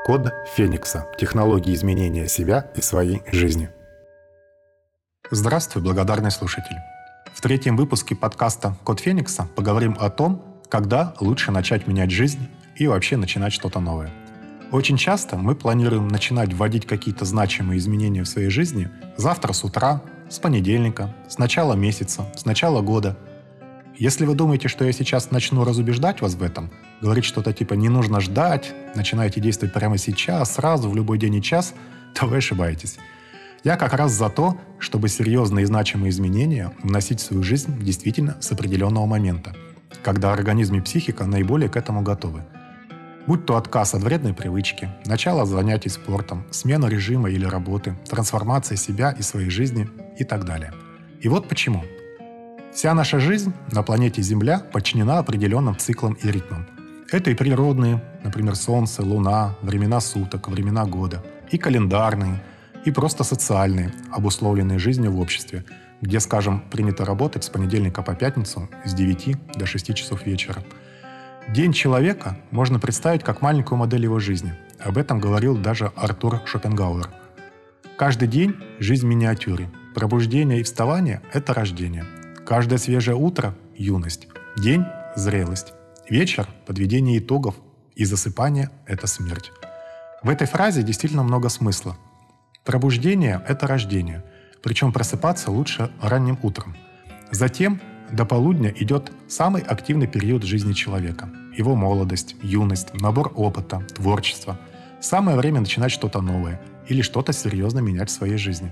Код Феникса. Технологии изменения себя и своей жизни. Здравствуй, благодарный слушатель. В третьем выпуске подкаста «Код Феникса» поговорим о том, когда лучше начать менять жизнь и вообще начинать что-то новое. Очень часто мы планируем начинать вводить какие-то значимые изменения в своей жизни завтра с утра, с понедельника, с начала месяца, с начала года. Если вы думаете, что я сейчас начну разубеждать вас в этом, говорить что-то типа «не нужно ждать», начинайте действовать прямо сейчас, сразу, в любой день и час, то вы ошибаетесь. Я как раз за то, чтобы серьезные и значимые изменения вносить в свою жизнь действительно с определенного момента, когда организм и психика наиболее к этому готовы. Будь то отказ от вредной привычки, начало занятий спортом, смена режима или работы, трансформация себя и своей жизни и так далее. И вот почему. Вся наша жизнь на планете Земля подчинена определенным циклам и ритмам. Это и природные, например, Солнце, Луна, времена суток, времена года, и календарные, и просто социальные, обусловленные жизнью в обществе, где, скажем, принято работать с понедельника по пятницу с 9 до 6 часов вечера. День человека можно представить как маленькую модель его жизни. Об этом говорил даже Артур Шопенгауэр. Каждый день – жизнь в миниатюре. Пробуждение и вставание – это рождение. Каждое свежее утро – юность. День – зрелость. Вечер – подведение итогов. И засыпание – это смерть. В этой фразе действительно много смысла. Пробуждение – это рождение. Причем просыпаться лучше ранним утром. Затем до полудня идет самый активный период жизни человека. Его молодость, юность, набор опыта, творчество. Самое время начинать что-то новое или что-то серьезно менять в своей жизни.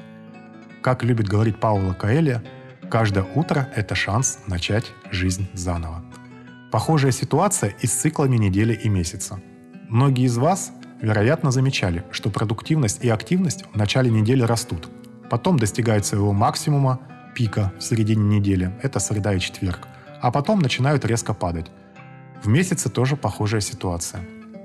Как любит говорить Пауло Коэльо, каждое утро – это шанс начать жизнь заново. Похожая ситуация и с циклами недели и месяца. Многие из вас, вероятно, замечали, что продуктивность и активность в начале недели растут. Потом достигают своего максимума, пика в середине недели – это среда и четверг. А потом начинают резко падать. В месяце тоже похожая ситуация.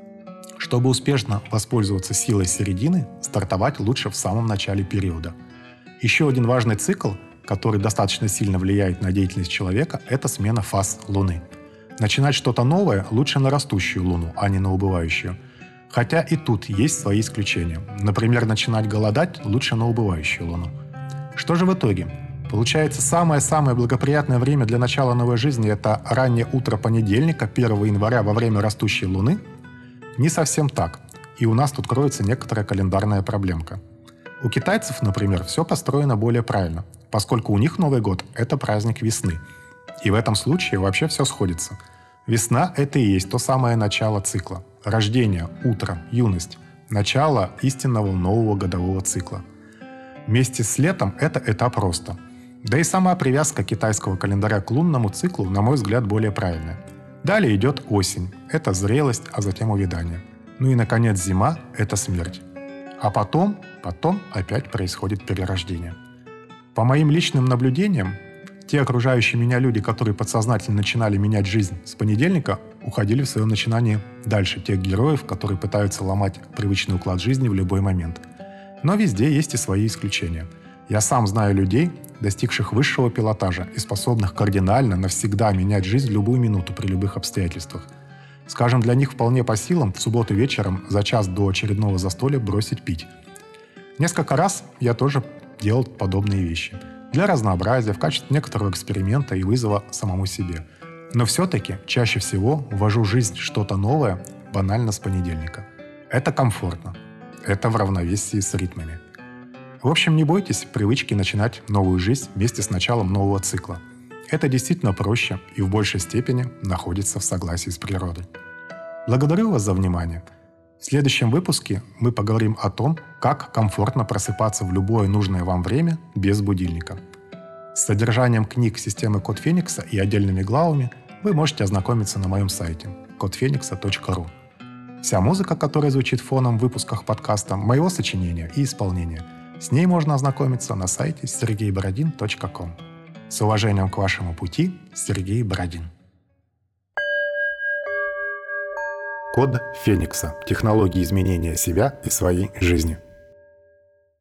Чтобы успешно воспользоваться силой середины, стартовать лучше в самом начале периода. Еще один важный цикл, который достаточно сильно влияет на деятельность человека, это смена фаз Луны. Начинать что-то новое лучше на растущую Луну, а не на убывающую. Хотя и тут есть свои исключения. Например, начинать голодать лучше на убывающую Луну. Что же в итоге? Получается, самое-самое благоприятное время для начала новой жизни – это раннее утро понедельника, 1 января во время растущей Луны? Не совсем так. И у нас тут кроется некоторая календарная проблемка. У китайцев, например, все построено более правильно, поскольку у них Новый год – это праздник весны. И в этом случае вообще все сходится. Весна – это и есть то самое начало цикла. Рождение, утро, юность. Начало истинного нового годового цикла. Вместе с летом это этап роста. Да и сама привязка китайского календаря к лунному циклу, на мой взгляд, более правильная. Далее идет осень. Это зрелость, а затем увядание. Ну и, наконец, зима – это смерть. А потом опять происходит перерождение. По моим личным наблюдениям, те окружающие меня люди, которые подсознательно начинали менять жизнь с понедельника, уходили в своем начинании дальше тех героев, которые пытаются ломать привычный уклад жизни в любой момент. Но везде есть и свои исключения. Я сам знаю людей, достигших высшего пилотажа и способных кардинально навсегда менять жизнь в любую минуту при любых обстоятельствах. Скажем, для них вполне по силам в субботу вечером за час до очередного застолья бросить пить. Несколько раз я тоже делал подобные вещи. Для разнообразия, в качестве некоторого эксперимента и вызова самому себе. Но все-таки чаще всего ввожу в жизнь что-то новое банально с понедельника. Это комфортно. Это в равновесии с ритмами. В общем, не бойтесь привычки начинать новую жизнь вместе с началом нового цикла. Это действительно проще и в большей степени находится в согласии с природой. Благодарю вас за внимание. В следующем выпуске мы поговорим о том, как комфортно просыпаться в любое нужное вам время без будильника. С содержанием книг системы Код Феникса и отдельными главами вы можете ознакомиться на моем сайте kodfenix.ru. Вся музыка, которая звучит фоном в выпусках подкаста, моего сочинения и исполнения. С ней можно ознакомиться на сайте sergeyborodin.com. С уважением к вашему пути, Сергей Бородин. Код Феникса. Технологии изменения себя и своей жизни.